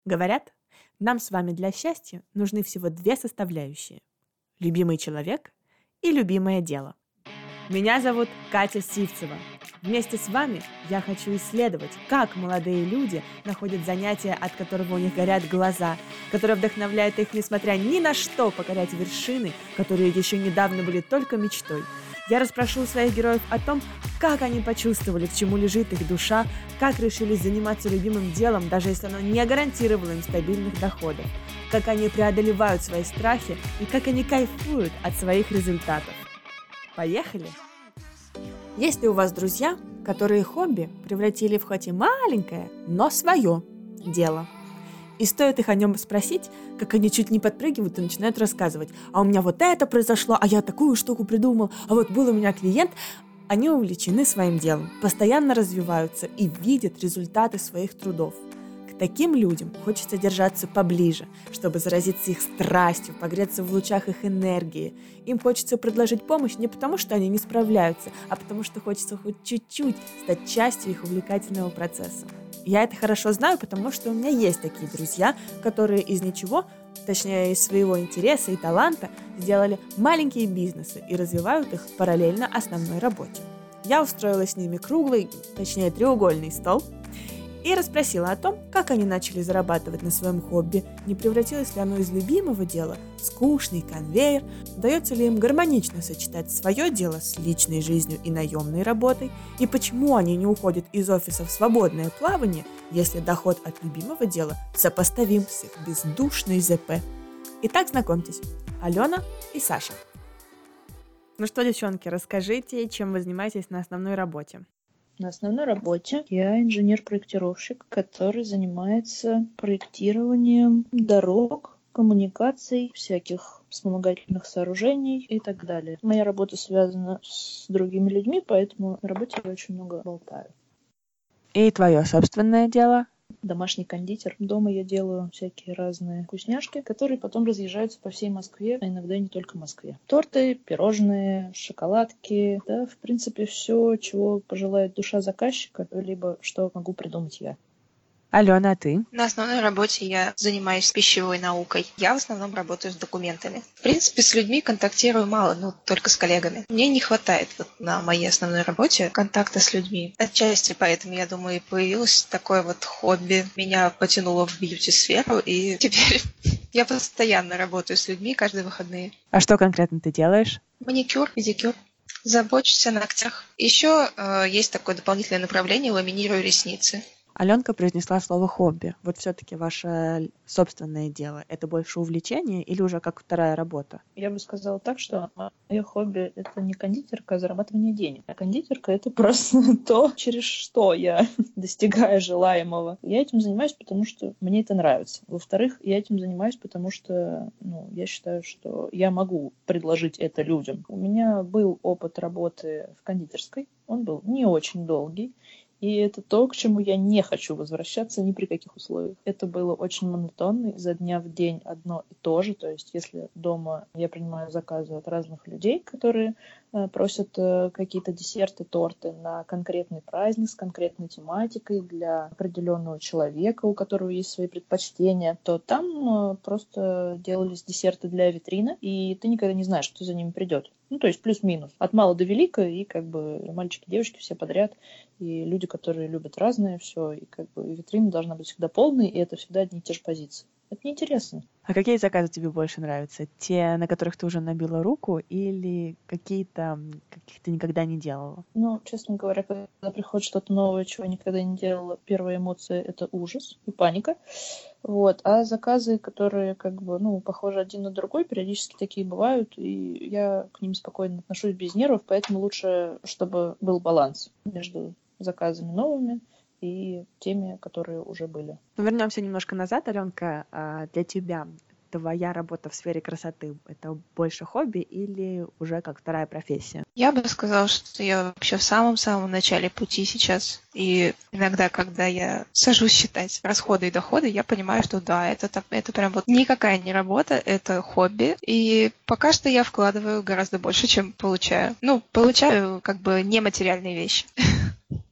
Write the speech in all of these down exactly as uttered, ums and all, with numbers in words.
Говорят, нам с вами для счастья нужны всего две составляющие: любимый человек и любимое дело. Меня зовут Катя Сивцева. Вместе с вами я хочу исследовать, как молодые люди находят занятие, от которого у них горят глаза, которое вдохновляет их, несмотря ни на что, покорять вершины, которые еще недавно были только мечтой. Я расспрошу у своих героев о том, как они почувствовали, к чему лежит их душа, как решились заниматься любимым делом, даже если оно не гарантировало им стабильных доходов, как они преодолевают свои страхи и как они кайфуют от своих результатов. Поехали! Есть ли у вас друзья, которые хобби превратили в хоть и маленькое, но свое дело? И стоит их о нем спросить, как они чуть не подпрыгивают и начинают рассказывать: а у меня вот это произошло, а я такую штуку придумал, а вот был у меня клиент. Они увлечены своим делом, постоянно развиваются и видят результаты своих трудов. К таким людям хочется держаться поближе, чтобы заразиться их страстью, погреться в лучах их энергии. Им хочется предложить помощь не потому, что они не справляются, а потому что хочется хоть чуть-чуть стать частью их увлекательного процесса. Я это хорошо знаю, потому что у меня есть такие друзья, которые из ничего, точнее из своего интереса и таланта, сделали маленькие бизнесы и развивают их параллельно основной работе. Я устроила с ними круглый, точнее треугольный стол и расспросила о том, как они начали зарабатывать на своем хобби, не превратилось ли оно из любимого дела в скучный конвейер, удается ли им гармонично сочетать свое дело с личной жизнью и наемной работой, и почему они не уходят из офиса в свободное плавание, если доход от любимого дела сопоставим с их бездушной ЗП. Итак, знакомьтесь, Алена и Саша. Ну что, девчонки, расскажите, чем вы занимаетесь на основной работе? На основной работе я инженер-проектировщик, который занимается проектированием дорог, коммуникаций, всяких вспомогательных сооружений и так далее. Моя работа связана с другими людьми, поэтому на работе я очень много болтаю. И твое собственное дело? Домашний кондитер. Дома я делаю всякие разные вкусняшки, которые потом разъезжаются по всей Москве, а иногда и не только Москве. Торты, пирожные, шоколадки. Да, в принципе, все, чего пожелает душа заказчика, либо что могу придумать я. Алена, а ты? На основной работе я занимаюсь пищевой наукой. Я в основном работаю с документами. В принципе, с людьми контактирую мало, но только с коллегами. Мне не хватает вот на моей основной работе контакта с людьми. Отчасти поэтому, я думаю, и появилось такое вот хобби. Меня потянуло в бьюти-сферу, и теперь я постоянно работаю с людьми каждые выходные. А что конкретно ты делаешь? Маникюр, педикюр. Забочусь о ногтях. Еще э, есть такое дополнительное направление — ламинирую ресницы. Аленка произнесла слово «хобби». Вот все-таки ваше собственное дело — это больше увлечение или уже как вторая работа? Я бы сказала так, что мое хобби — это не кондитерка, а зарабатывание денег. А кондитерка — это просто то, через что я достигаю желаемого. Я этим занимаюсь, потому что мне это нравится. Во-вторых, я этим занимаюсь, потому что ну, я считаю, что я могу предложить это людям. У меня был опыт работы в кондитерской. Он был не очень долгий. И это то, к чему я не хочу возвращаться ни при каких условиях. Это было очень монотонно, изо дня в день одно и то же. То есть если дома я принимаю заказы от разных людей, которые э, просят э, какие-то десерты, торты на конкретный праздник с конкретной тематикой для определенного человека, у которого есть свои предпочтения, то там э, просто делались десерты для витрины, и ты никогда не знаешь, что за ними придет. Ну, то есть плюс-минус. От мала до велика, и как бы мальчики, девочки все подряд, и люди, которые любят разное все, и как бы витрина должна быть всегда полной, и это всегда одни и те же позиции. Это неинтересно. А какие заказы тебе больше нравятся? Те, на которых ты уже набила руку, или какие-то, каких ты никогда не делала? Ну, честно говоря, когда приходит что-то новое, чего я никогда не делала, первая эмоция — это ужас и паника. Вот. А заказы, которые как бы, ну, похожи один на другой, периодически такие бывают, и я к ним спокойно отношусь без нервов, поэтому лучше, чтобы был баланс между заказами новыми и теми, которые уже были. Ну, вернемся немножко назад, Аленка. Для тебя твоя работа в сфере красоты — это больше хобби или уже как вторая профессия? Я бы сказала, что я вообще в самом-самом начале пути сейчас. И иногда, когда я сажусь считать расходы и доходы, я понимаю, что да, это, так, это прям вот никакая не работа, это хобби. И пока что я вкладываю гораздо больше, чем получаю. Ну, получаю как бы нематериальные вещи.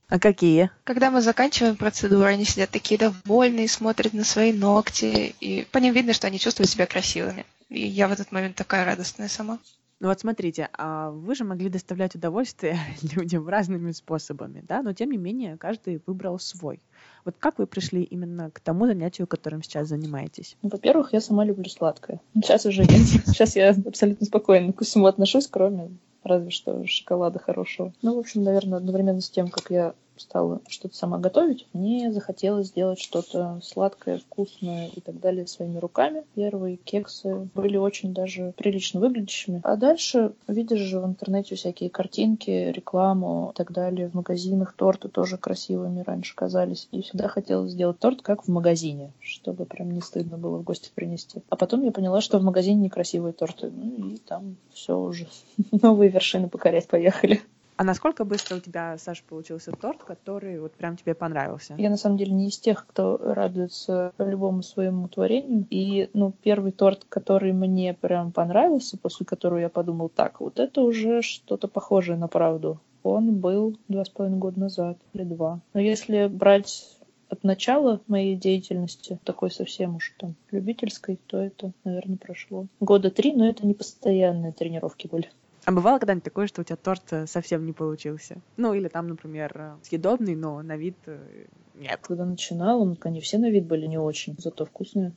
А какие? Когда мы заканчиваем процедуру, они сидят такие довольные, смотрят на свои ногти, и по ним видно, что они чувствуют себя красивыми. И я в этот момент такая радостная сама. Ну вот смотрите, а вы же могли доставлять удовольствие людям разными способами, да? Но тем не менее каждый выбрал свой. Вот как вы пришли именно к тому занятию, которым сейчас занимаетесь? Ну, во-первых, я сама люблю сладкое. Сейчас уже нет. Сейчас я абсолютно спокойно ко всему отношусь, кроме разве что шоколада хорошего. Ну, в общем, наверное, одновременно с тем, как я стала что-то сама готовить, мне захотелось сделать что-то сладкое, вкусное и так далее своими руками. Первые кексы были очень даже прилично выглядящими. А дальше видишь же в интернете всякие картинки, рекламу и так далее. В магазинах торты тоже красивыми раньше казались. И всегда хотелось сделать торт, как в магазине, чтобы прям не стыдно было в гости принести. А потом я поняла, что в магазине некрасивые торты. Ну и там все уже. Новые вершины покорять поехали. А насколько быстро у тебя, Саша, получился торт, который вот прям тебе понравился? Я, на самом деле, не из тех, кто радуется любому своему творению. И, ну, первый торт, который мне прям понравился, после которого я подумал, так, вот это уже что-то похожее на правду. Он был два с половиной года назад, или два. Но если брать от начала моей деятельности, такой совсем уж там любительской, то это, наверное, прошло года три, но это не постоянные тренировки были. А бывало когда-нибудь такое, что у тебя торт совсем не получился? Ну, или там, например, съедобный, но на вид нет. Когда начинала, они все на вид были не очень, зато вкусные.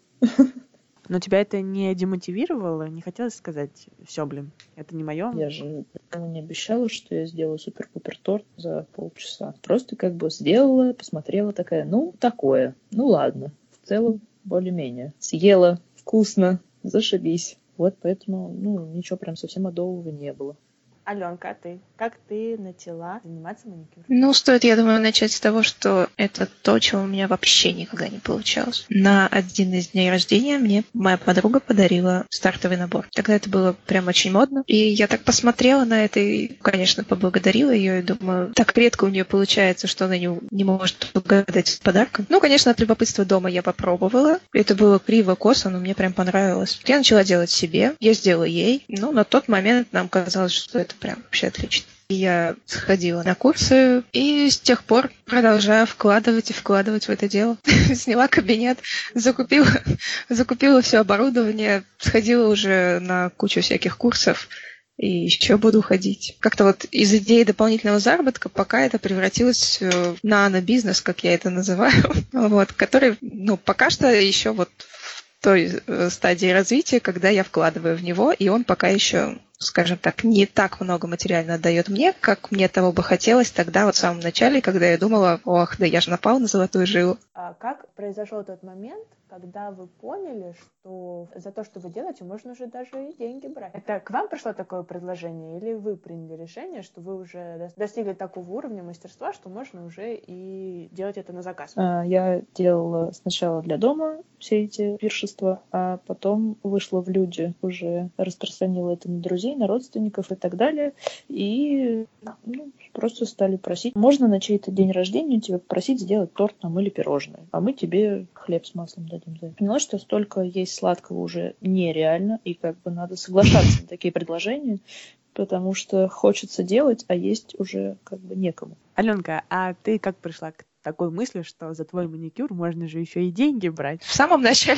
Но тебя это не демотивировало? Не хотелось сказать, все, блин, это не мое? Я же не обещала, что я сделаю супер-пупер торт за полчаса. Просто как бы сделала, посмотрела, такая, ну, такое, ну, ладно. В целом, более-менее. Съела, вкусно, зашибись. Вот поэтому, ну, ничего прям совсем адового не было. Аленка, а ты? Как ты начала заниматься маникюром? Ну, стоит, я думаю, начать с того, что это то, чего у меня вообще никогда не получалось. На один из дней рождения мне моя подруга подарила стартовый набор. Тогда это было прям очень модно. И я так посмотрела на это и, конечно, поблагодарила ее. И думаю, так редко у нее получается, что она не, не может угадать с подарком. Ну, конечно, от любопытства дома я попробовала. Это было криво-косо, но мне прям понравилось. Я начала делать себе, я сделала ей. Ну, на тот момент нам казалось, что это прям вообще отлично. Я сходила на курсы и с тех пор продолжаю вкладывать и вкладывать в это дело. Сняла кабинет, закупила, закупила все оборудование, сходила уже на кучу всяких курсов и еще буду ходить. Как-то вот из идеи дополнительного заработка пока это превратилось в нано-бизнес, как я это называю, вот, который, ну, пока что еще вот в той стадии развития, когда я вкладываю в него, и он пока еще, скажем так, не так много материально отдает мне, как мне того бы хотелось тогда, вот в самом начале, когда я думала, ох, да я же напала на золотую жилу. А как произошел тот момент, когда вы поняли, что за то, что вы делаете, можно уже даже и деньги брать? Это к вам пришло такое предложение, или вы приняли решение, что вы уже достигли такого уровня мастерства, что можно уже и делать это на заказ? Я делала сначала для дома все эти пиршества, а потом вышла в люди, уже распространила это на друзей, на родственников и так далее. И ну, просто стали просить, можно на чей-то день рождения тебя попросить сделать торт нам или пирожное, а мы тебе хлеб с маслом дадим. Поняла, что столько есть сладкого уже нереально, и как бы надо соглашаться на такие предложения, потому что хочется делать, а есть уже как бы некому. Аленка, а ты как пришла к такой мысли, что за твой маникюр можно же еще и деньги брать? В самом начале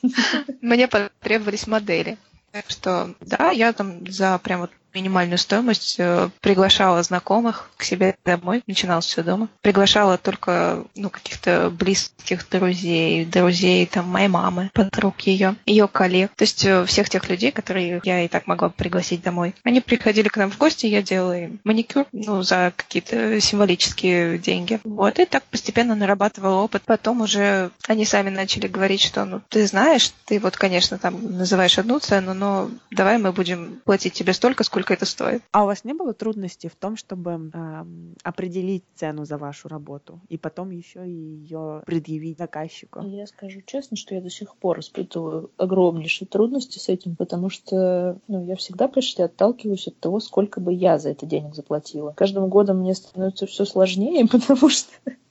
мне потребовались модели. Так что, да, я там за прям вот минимальную стоимость э, приглашала знакомых к себе домой. Начиналось все дома. Приглашала только, ну, каких-то близких друзей, друзей там моей мамы, подруг ее, ее коллег. То есть э, всех тех людей, которые я и так могла пригласить домой. Они приходили к нам в гости, я делала им маникюр, ну, за какие-то символические деньги. Вот, и так постепенно нарабатывала опыт. Потом уже они сами начали говорить, что, ну, ты знаешь, ты вот, конечно, там называешь одну цену, но давай мы будем платить тебе столько, сколько это стоит. А у вас не было трудностей в том, чтобы э, определить цену за вашу работу и потом еще и ее предъявить заказчику? Я скажу честно, что я до сих пор испытываю огромнейшие трудности с этим, потому что ну, я всегда почти отталкиваюсь от того, сколько бы я за это денег заплатила. Каждым годом мне становится все сложнее, потому что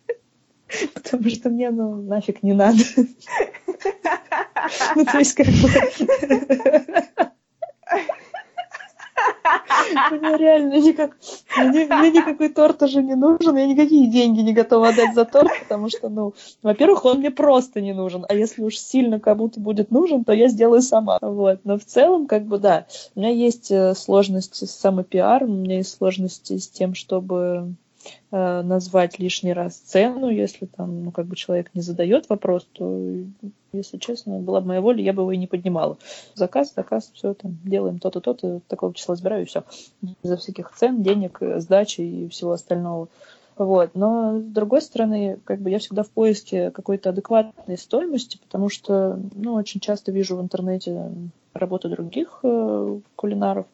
потому что мне, ну, нафиг не надо. Ну, то есть, как бы... Мне реально никак Мне, мне никакой торт уже не нужен, я никакие деньги не готова отдать за торт, потому что, ну, во-первых, он мне просто не нужен, а если уж сильно кому-то будет нужен, то я сделаю сама. Вот. Но в целом, как бы, да, у меня есть сложности с самопиаром, у меня есть сложности с тем, чтобы э, назвать лишний раз цену, если там, ну, как бы человек не задает вопрос, то, если честно, была бы моя воля, я бы его и не поднимала. Заказ, заказ, все там, делаем то-то, то-то, такого числа забираю, и все. Безо всяких цен, денег, сдачи и всего остального. Вот. Но, с другой стороны, как бы я всегда в поиске какой-то адекватной стоимости, потому что, ну, очень часто вижу в интернете работу других э, кулинаров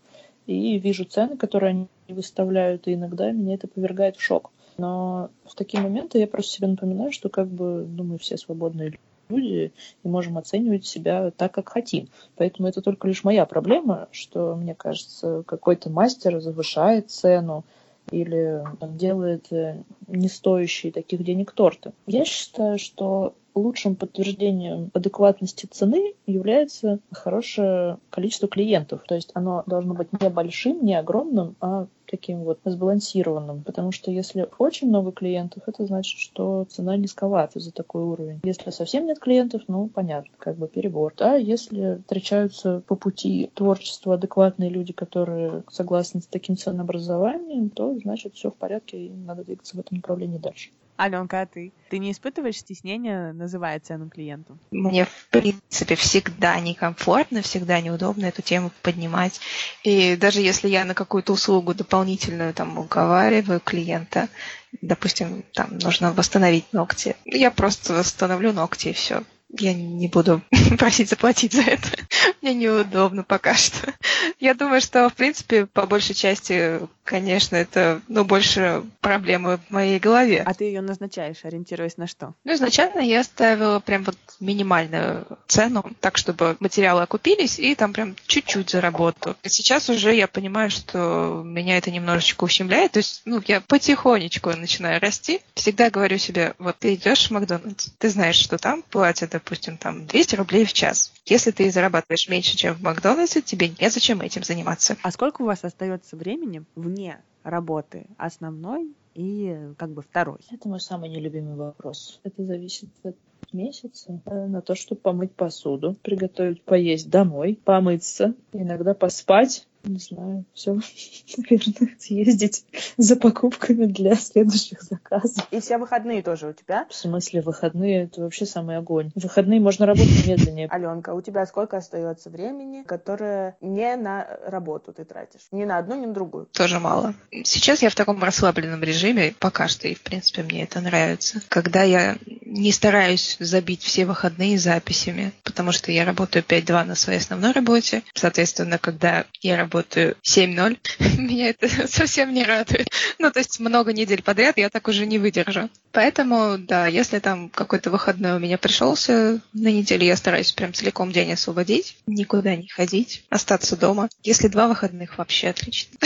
и вижу цены, которые они выставляют, и иногда меня это повергает в шок. Но в такие моменты я просто себе напоминаю, что как бы, ну, мы все свободные люди и можем оценивать себя так, как хотим. Поэтому это только лишь моя проблема, что, мне кажется, какой-то мастер завышает цену или там, делает не стоящие таких денег торты. Я считаю, что лучшим подтверждением адекватности цены является хорошее количество клиентов. То есть оно должно быть не большим, не огромным, а таким вот сбалансированным. Потому что если очень много клиентов, это значит, что цена низковата за такой уровень. Если совсем нет клиентов, ну, понятно, как бы перебор. А если встречаются по пути творчества адекватные люди, которые согласны с таким ценообразованием, то значит все в порядке и надо двигаться в этом направлении дальше. Аленка, а ты? Ты не испытываешь стеснения, называя цену клиенту? Мне, в принципе, всегда некомфортно, всегда неудобно эту тему поднимать. И даже если я на какую-то услугу дополнительную там уговариваю клиента, допустим, там нужно восстановить ногти, я просто восстановлю ногти и все. Я не буду просить заплатить за это. Мне неудобно пока что. Я думаю, что, в принципе, по большей части, конечно, это, ну, больше проблемы в моей голове. А ты ее назначаешь, ориентируясь на что? Ну, изначально я ставила прям вот минимальную цену, так, чтобы материалы окупились, и там прям чуть-чуть за работу. И сейчас уже я понимаю, что меня это немножечко ущемляет. То есть, ну, я потихонечку начинаю расти. Всегда говорю себе, вот ты идешь в Макдональдс, ты знаешь, что там платят, допустим, там двести рублей в час. Если ты зарабатываешь меньше, чем в Макдональдсе, тебе незачем этим заниматься. А сколько у вас остается времени вне работы основной и как бы второй? Это мой самый нелюбимый вопрос. Это зависит от месяца на то, чтобы помыть посуду, приготовить поесть домой, помыться, иногда поспать. Не знаю, все, наверное, съездить за покупками для следующих заказов. И все выходные тоже у тебя? В смысле, выходные — это вообще самый огонь. В выходные можно работать медленнее. Аленка, у тебя сколько остается времени, которое не на работу ты тратишь? Ни на одну, ни на другую? Тоже мало. Сейчас я в таком расслабленном режиме, пока что, и, в принципе, мне это нравится. Когда я не стараюсь забить все выходные записями, потому что я работаю пять-два на своей основной работе. Соответственно, когда я работаю семь-ноль, меня это совсем не радует. Ну, то есть много недель подряд я так уже не выдержу. Поэтому, да, если там какой-то выходной у меня пришелся на неделю, я стараюсь прям целиком день освободить, никуда не ходить, остаться дома. Если два выходных, вообще отлично.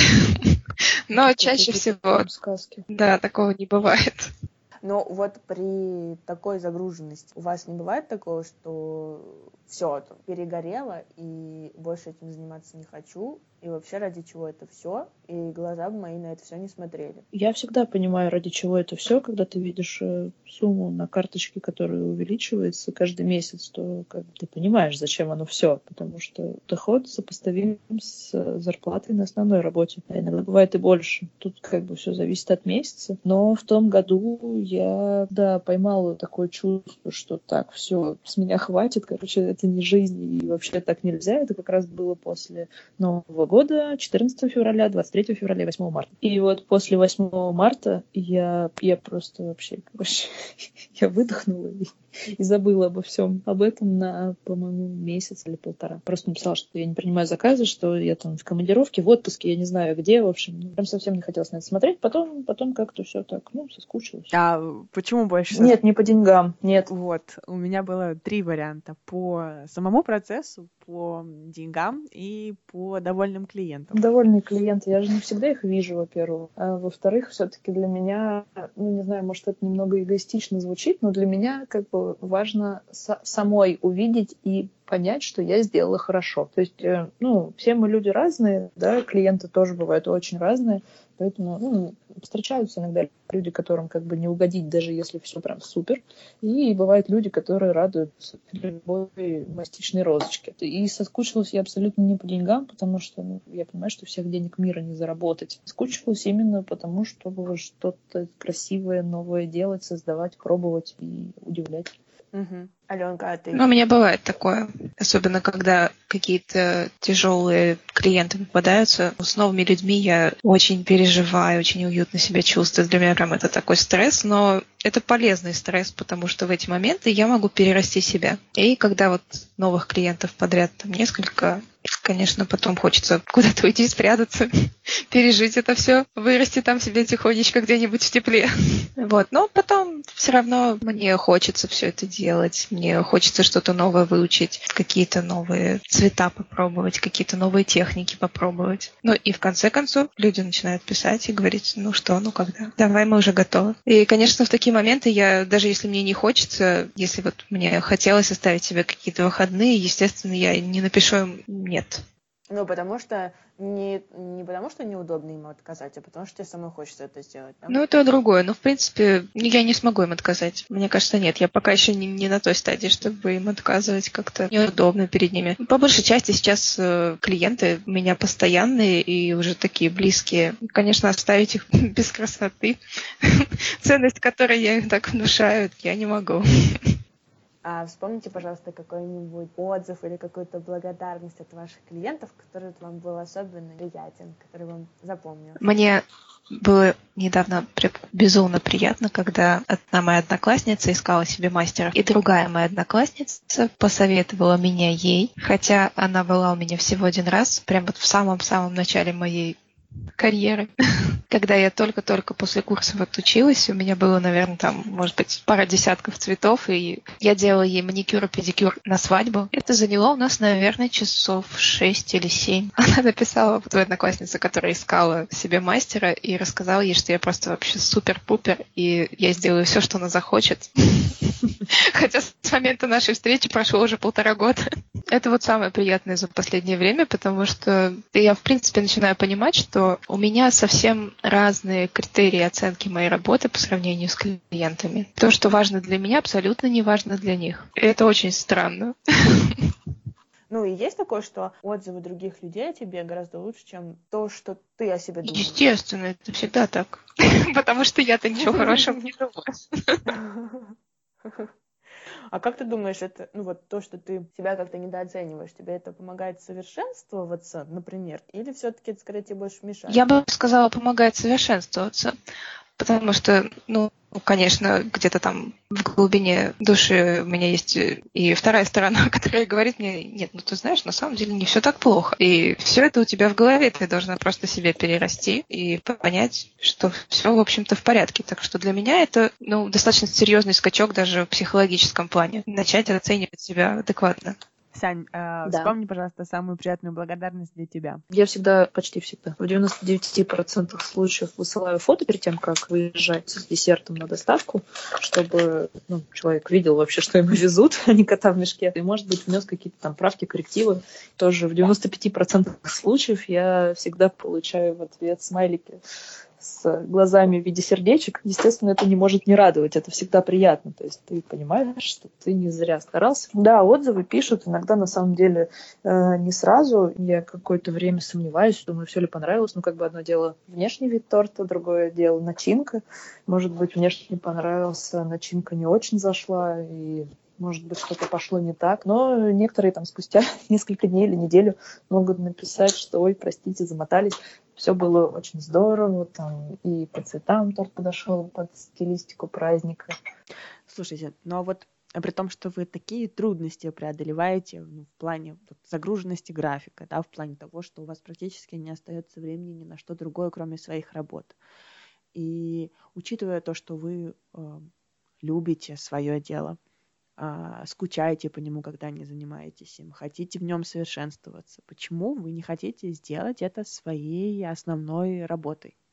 Но чаще всего, да, такого не бывает. Но вот при такой загруженности у вас не бывает такого, что все, перегорело, и больше этим заниматься не хочу, и вообще ради чего это все, и глаза бы мои на это все не смотрели? Я всегда понимаю, ради чего это все, когда ты видишь сумму на карточке, которая увеличивается каждый месяц, то как бы ты понимаешь, зачем оно все, потому что доход сопоставим с зарплатой на основной работе, а иногда бывает и больше. Тут как бы все зависит от месяца, но в том году я, да, поймала такое чувство, что так, все, с меня хватит, короче, это не жизнь, и вообще так нельзя. Это как раз было после Нового года, четырнадцатого февраля, двадцать третьего февраля и восьмого марта. И вот после восьмого марта я, я просто вообще, короче, я выдохнула и, и забыла обо всем об этом на, по-моему, месяц или полтора. Просто написала, что я не принимаю заказы, что я там в командировке, в отпуске, я не знаю где, в общем. Ну, прям совсем не хотелось на это смотреть. Потом, потом как-то все так, ну, соскучилась. А почему больше? Нет, не по деньгам, нет. Вот, у меня было три варианта: по самому процессу, по деньгам и по довольным клиентам. Довольные клиенты, я же не всегда их вижу, во-первых. А во-вторых, все-таки для меня, ну, не знаю, может, это немного эгоистично звучит, но для меня как бы важно самой увидеть и понять, что я сделала хорошо. То есть, э, ну, все мы люди разные, да, клиенты тоже бывают очень разные, поэтому, ну, встречаются иногда люди, которым как бы не угодить, даже если все прям супер, и бывают люди, которые радуются любой мастичной розочке. И соскучилась я абсолютно не по деньгам, потому что, ну, я понимаю, что всех денег мира не заработать. Соскучилась именно потому, чтобы что-то красивое, новое делать, создавать, пробовать и удивлять. Угу. Аленка, а ты? Ну, у меня бывает такое. Особенно, когда какие-то тяжелые клиенты попадаются. С новыми людьми я очень переживаю, очень уютно себя чувствую. Для меня прям это такой стресс, но это полезный стресс, потому что в эти моменты я могу перерасти себя. И когда вот новых клиентов подряд там несколько, конечно, потом хочется куда-то уйти, спрятаться, пережить это все, вырасти там себе тихонечко где-нибудь в тепле. Вот. Но потом все равно мне хочется все это делать. Мне хочется что-то новое выучить, какие-то новые цвета попробовать, какие-то новые техники попробовать. Ну и в конце концов люди начинают писать и говорить, ну что, ну когда? Давай, мы уже готовы. И, конечно, в такие моменты я, даже если мне не хочется, если вот мне хотелось оставить себе какие-то выходные, естественно, я не напишу им «нет». Ну, потому что не, не потому что неудобно ему отказать, а потому что тебе самой хочется это сделать, да? Ну, это другое. Но, в принципе, я не смогу им отказать. Мне кажется, нет. Я пока еще не, не на той стадии, чтобы им отказывать как-то неудобно перед ними. По большей части сейчас э, клиенты у меня постоянные и уже такие близкие. Конечно, оставить их без красоты, ценность которой я им так внушаю, я не могу. А вспомните, пожалуйста, какой-нибудь отзыв или какую-то благодарность от ваших клиентов, который вам был особенно приятен, который вам запомнился. Мне было недавно безумно приятно, когда одна моя одноклассница искала себе мастера, и другая моя одноклассница посоветовала меня ей, хотя она была у меня всего один раз, прям вот в самом-самом начале моей карьеры. Когда я только-только после курсов отучилась, у меня было, наверное, там, может быть, пара десятков цветов, и я делала ей маникюр и педикюр на свадьбу. Это заняло у нас, наверное, часов шесть или семь. Она написала вот твоя одноклассница, которая искала себе мастера, и рассказала ей, что я просто вообще супер-пупер, и я сделаю все, что она захочет. Хотя с момента нашей встречи прошло уже полтора года. Это вот самое приятное за последнее время, потому что я, в принципе, начинаю понимать, что у меня совсем разные критерии оценки моей работы по сравнению с клиентами. То, что важно для меня, абсолютно не важно для них. И это очень странно. Ну и есть такое, что отзывы других людей о тебе гораздо лучше, чем то, что ты о себе думаешь? Естественно, это всегда так. Потому что я-то ничего хорошего не думаю. А как ты думаешь, это, ну вот то, что ты себя как-то недооцениваешь, тебе это помогает совершенствоваться, например, или все-таки это скорее тебе больше мешает? Я бы сказала, помогает совершенствоваться, потому что, ну, конечно, где-то там в глубине души у меня есть и вторая сторона, которая говорит мне, нет, ну ты знаешь, на самом деле не все так плохо. И все это у тебя в голове, ты должна просто себе перерасти и понять, что все, в общем-то, в порядке. Так что для меня это, ну, достаточно серьезный скачок даже в психологическом плане. Начать оценивать себя адекватно. Сань, э, Да. вспомни, пожалуйста, самую приятную благодарность для тебя. Я всегда, почти всегда, в девяноста девяти процентах случаев высылаю фото перед тем, как выезжать с десертом на доставку, чтобы ну, человек видел вообще, что ему везут, а не кота в мешке. И, может быть, внес какие-то там правки, коррективы. Тоже в девяноста пяти процентах случаев я всегда получаю в ответ смайлики с глазами в виде сердечек. Естественно, это не может не радовать. Это всегда приятно. То есть ты понимаешь, что ты не зря старался. Да, отзывы пишут. Иногда, на самом деле, э, не сразу. Я какое-то время сомневаюсь. Думаю, все ли понравилось. Ну, как бы одно дело внешний вид торта, другое дело начинка. Может быть, внешне понравился, начинка не очень зашла. И может быть, что-то пошло не так. Но некоторые там спустя несколько дней или неделю могут написать, что ой, простите, замотались. Все было очень здорово, там и по цветам торт подошел, под стилистику праздника. Слушайте, ну а вот при том, что вы такие трудности преодолеваете ну, в плане вот, загруженности графика, да, в плане того, что у вас практически не остается времени ни на что другое, кроме своих работ. И учитывая то, что вы э, любите свое дело, э, скучаете по нему, когда не занимаетесь им, хотите в нем совершенствоваться, почему вы не хотите сделать это своей основной работой?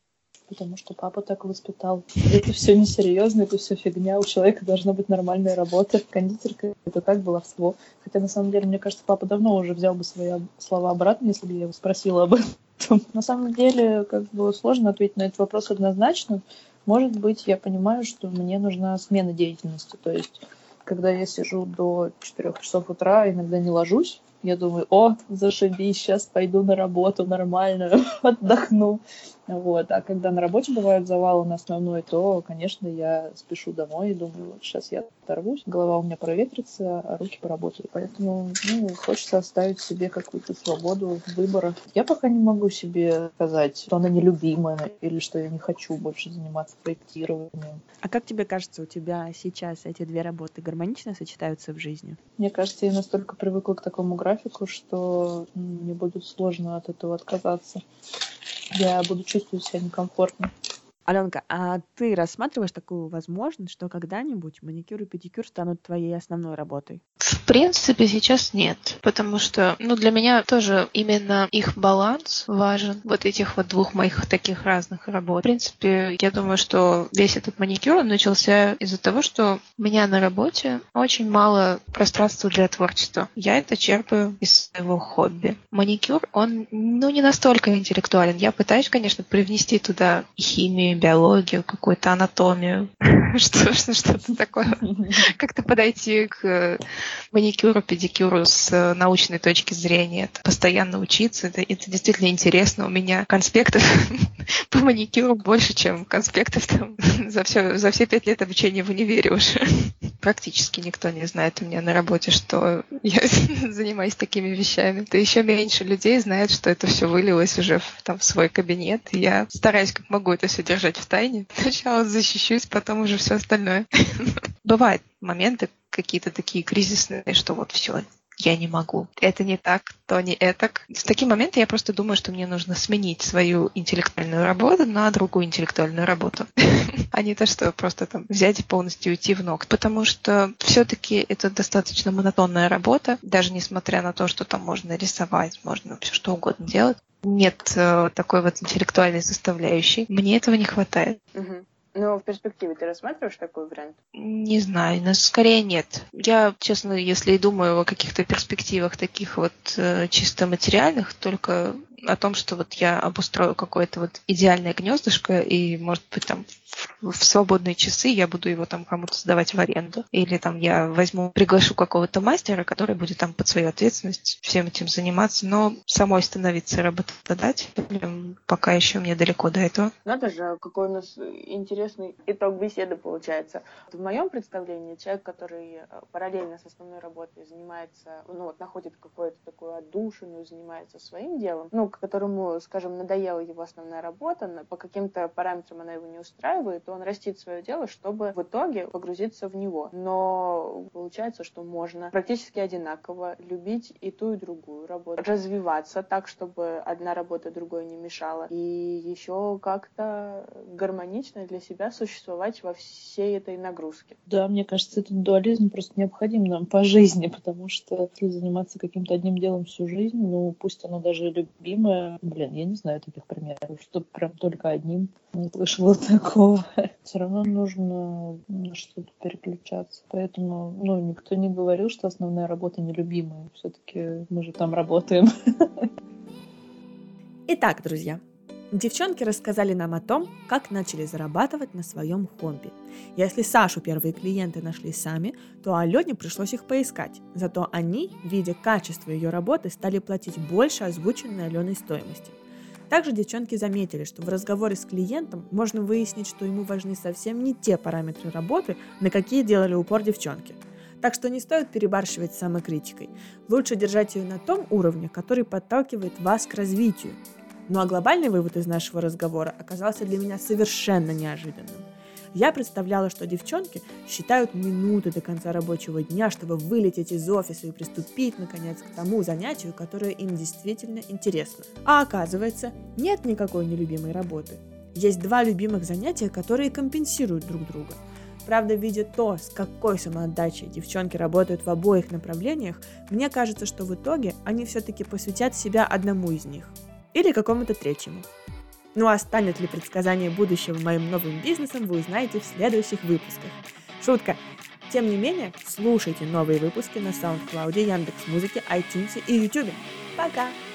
потому что папа так воспитал. Это все несерьезно, это все фигня. У человека должна быть нормальная работа. Кондитерка — это так баловство. Хотя, на самом деле, мне кажется, папа давно уже взял бы свои слова обратно, если бы я его спросила об этом. На самом деле, как бы сложно ответить на этот вопрос однозначно. Может быть, я понимаю, что мне нужна смена деятельности. То есть, когда я сижу до четырех часов утра, иногда не ложусь, я думаю: о, зашибись, сейчас пойду на работу нормально, отдохну. Вот. А когда на работе бывают завалы на основной, то, конечно, я спешу домой и думаю: вот сейчас я оторвусь, голова у меня проветрится, а руки поработают. Поэтому ну, хочется оставить себе какую-то свободу выбора. Я пока не могу себе сказать, что она нелюбимая или что я не хочу больше заниматься проектированием. А как тебе кажется, у тебя сейчас эти две работы гармонично сочетаются в жизни? Мне кажется, я настолько привыкла к такому графику, что мне будет сложно от этого отказаться. Я буду чувствовать себя некомфортно. Аленка, а ты рассматриваешь такую возможность, что когда-нибудь маникюр и педикюр станут твоей основной работой? В принципе, сейчас нет, потому что, ну, для меня тоже именно их баланс важен, вот этих вот двух моих таких разных работ. В принципе, я думаю, что весь этот маникюр он начался из-за того, что у меня на работе очень мало пространства для творчества. Я это черпаю из своего хобби. Маникюр, он, ну, не настолько интеллектуален. Я пытаюсь, конечно, привнести туда и химию, биологию, какую-то анатомию, что-то такое. Как-то подойти к маникюру, педикюру с научной точки зрения. Это постоянно учиться. Это, это действительно интересно. У меня конспектов по маникюру больше, чем конспектов там, за, все, за все пять лет обучения в универе уже. Практически никто не знает у меня на работе, что я занимаюсь такими вещами. Да еще меньше людей знает, что это все вылилось уже в, там, в свой кабинет. И я стараюсь как могу это все держать в тайне. Сначала защищусь, потом уже все остальное. Бывают моменты какие-то такие кризисные, что вот все, я не могу. Это не так, то не этак. В такие моменты я просто думаю, что мне нужно сменить свою интеллектуальную работу на другую интеллектуальную работу. А не то, что просто там взять и полностью уйти в ногти. Потому что все-таки это достаточно монотонная работа, даже несмотря на то, что там можно рисовать, можно все что угодно делать. Нет э, такой вот интеллектуальной составляющей. Мне этого не хватает. Угу. Но в перспективе ты рассматриваешь такой вариант? Не знаю, но скорее нет. Я, честно, если и думаю о каких-то перспективах таких вот э, чисто материальных, только о том, что вот я обустрою какое-то вот идеальное гнездышко, и, может быть, там в свободные часы я буду его там кому-то сдавать в аренду. Или там я возьму, приглашу какого-то мастера, который будет там под свою ответственность всем этим заниматься, но самой становиться работодателем пока еще мне далеко до этого. Надо же, какой у нас интересный итог беседы получается. В моем представлении человек, который параллельно с основной работой занимается, ну вот находит какую-то такую отдушину, занимается своим делом, ну, которому, скажем, надоела его основная работа, по каким-то параметрам она его не устраивает, то он растит свое дело, чтобы в итоге погрузиться в него. Но получается, что можно практически одинаково любить и ту, и другую работу, развиваться так, чтобы одна работа другой не мешала, и еще как-то гармонично для себя существовать во всей этой нагрузке. Да, мне кажется, этот дуализм просто необходим нам по жизни, потому что если заниматься каким-то одним делом всю жизнь, ну, пусть оно даже любимое, блин, я не знаю таких примеров, что прям только одним, не слышала такого. Все равно нужно на что-то переключаться. Поэтому, ну, никто не говорил, что основная работа нелюбимая. Все-таки мы же там работаем. Итак, друзья, девчонки рассказали нам о том, как начали зарабатывать на своем хобби. Если Сашу первые клиенты нашли сами, то Алене пришлось их поискать. Зато они, видя качество ее работы, стали платить больше озвученной Аленой стоимости. Также девчонки заметили, что в разговоре с клиентом можно выяснить, что ему важны совсем не те параметры работы, на какие делали упор девчонки. Так что не стоит перебарщивать с самокритикой. Лучше держать ее на том уровне, который подталкивает вас к развитию. Ну а глобальный вывод из нашего разговора оказался для меня совершенно неожиданным. Я представляла, что девчонки считают минуты до конца рабочего дня, чтобы вылететь из офиса и приступить, наконец, к тому занятию, которое им действительно интересно. А оказывается, нет никакой нелюбимой работы. Есть два любимых занятия, которые компенсируют друг друга. Правда, видя то, с какой самоотдачей девчонки работают в обоих направлениях, мне кажется, что в итоге они все-таки посвятят себя одному из них. Или какому-то третьему. Ну а станет ли предсказание будущего моим новым бизнесом, вы узнаете в следующих выпусках. Шутка. Тем не менее, слушайте новые выпуски на SoundCloud, Яндекс.Музыке, iTunes и YouTube. Пока!